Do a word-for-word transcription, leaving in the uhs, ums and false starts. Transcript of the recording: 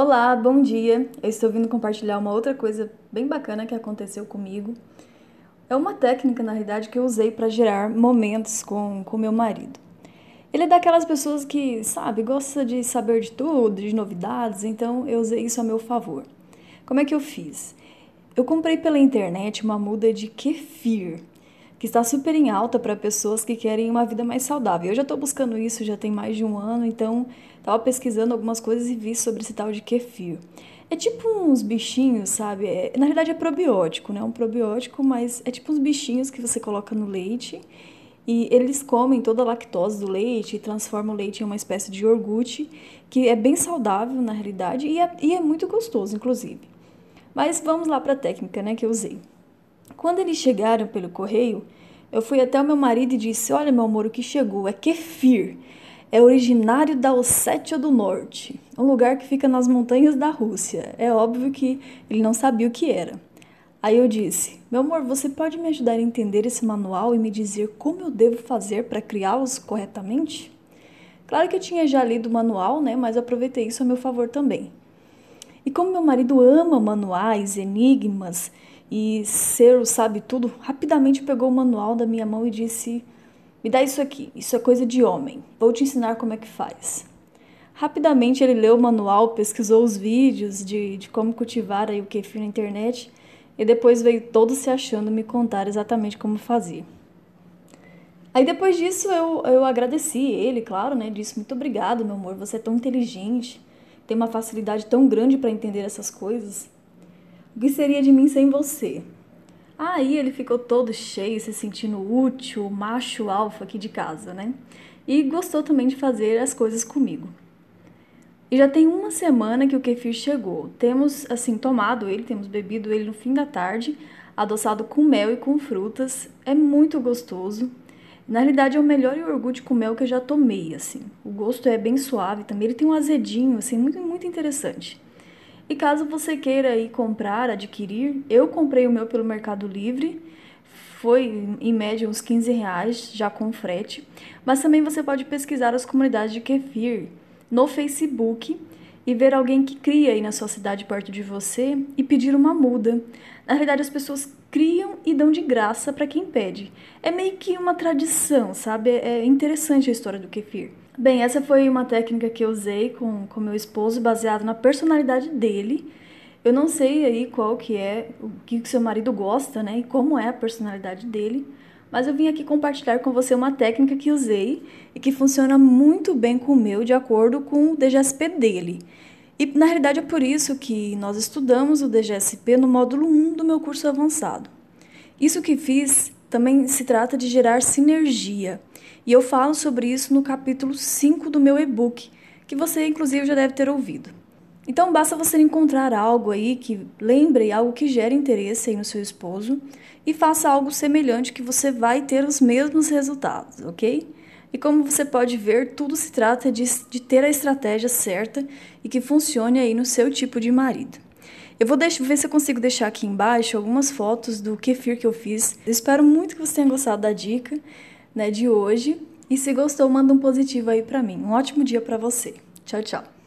Olá, bom dia. Eu estou vindo compartilhar uma outra coisa bem bacana que aconteceu comigo. É uma técnica, na realidade, que eu usei para gerar momentos com com meu marido. Ele é daquelas pessoas que, sabe, gosta de saber de tudo, de novidades, então eu usei isso a meu favor. Como é que eu fiz? Eu comprei pela internet uma muda de kefir, que está super em alta para pessoas que querem uma vida mais saudável. Eu já estou buscando isso já tem mais de um ano, então estava pesquisando algumas coisas e vi sobre esse tal de kefir. É tipo uns bichinhos, sabe? É- na verdade é probiótico, né? Um probiótico, mas é tipo uns bichinhos que você coloca no leite e eles comem toda a lactose do leite e transformam o leite em uma espécie de iogurte, que é bem saudável na realidade e é, e é muito gostoso, inclusive. Mas vamos lá para a técnica, né, que eu usei. Quando eles chegaram pelo correio, eu fui até o meu marido e disse: Olha, meu amor, o que chegou é kefir. É originário da Ossétia do Norte, um lugar que fica nas montanhas da Rússia. É óbvio que ele não sabia o que era. Aí eu disse: Meu amor, você pode me ajudar a entender esse manual e me dizer como eu devo fazer para criá-los corretamente? Claro que eu tinha já lido o manual, né? Mas eu aproveitei isso a meu favor também. E como meu marido ama manuais, enigmas e ser o sabe tudo, rapidamente pegou o manual da minha mão e disse: Me dá isso aqui, isso é coisa de homem, vou te ensinar como é que faz. Rapidamente ele leu o manual, pesquisou os vídeos de, de como cultivar aí o kefir na internet e depois veio todo se achando me contar exatamente como fazia. Aí depois disso eu, eu agradeci ele, claro, né? Disse: Muito obrigado, meu amor, você é tão inteligente, tem uma facilidade tão grande para entender essas coisas. O que seria de mim sem você? Aí ele ficou todo cheio, se sentindo útil, macho alfa aqui de casa, né? E gostou também de fazer as coisas comigo. E já tem uma semana que o kefir chegou. Temos, assim, tomado ele, temos bebido ele no fim da tarde, adoçado com mel e com frutas. É muito gostoso. Na realidade, é o melhor iogurte com mel que eu já tomei, assim. O gosto é bem suave também. Ele tem um azedinho, assim, muito, muito interessante. E caso você queira ir comprar, adquirir, eu comprei o meu pelo Mercado Livre. Foi em média uns quinze reais, já com frete. Mas também você pode pesquisar as comunidades de kefir no Facebook e ver alguém que cria aí na sua cidade perto de você e pedir uma muda. Na realidade, as pessoas criam e dão de graça para quem pede. É meio que uma tradição, sabe? É interessante a história do kefir. Bem, essa foi uma técnica que eu usei com com meu esposo, baseado na personalidade dele. Eu não sei aí qual que é, o que o seu marido gosta, né? E como é a personalidade dele. Mas eu vim aqui compartilhar com você uma técnica que usei e que funciona muito bem com o meu, de acordo com o D G S P dele. E na realidade é por isso que nós estudamos o D G S P no módulo um do meu curso avançado. Isso que fiz também se trata de gerar sinergia. E eu falo sobre isso no capítulo cinco do meu e-book, que você inclusive já deve ter ouvido. Então basta você encontrar algo aí que lembre algo que gere interesse aí no seu esposo e faça algo semelhante que você vai ter os mesmos resultados, ok? E como você pode ver, tudo se trata de, de ter a estratégia certa e que funcione aí no seu tipo de marido. Eu vou deixar, ver se eu consigo deixar aqui embaixo algumas fotos do kefir que eu fiz. Eu espero muito que você tenha gostado da dica, né, de hoje. E se gostou, manda um positivo aí pra mim. Um ótimo dia pra você. Tchau, tchau.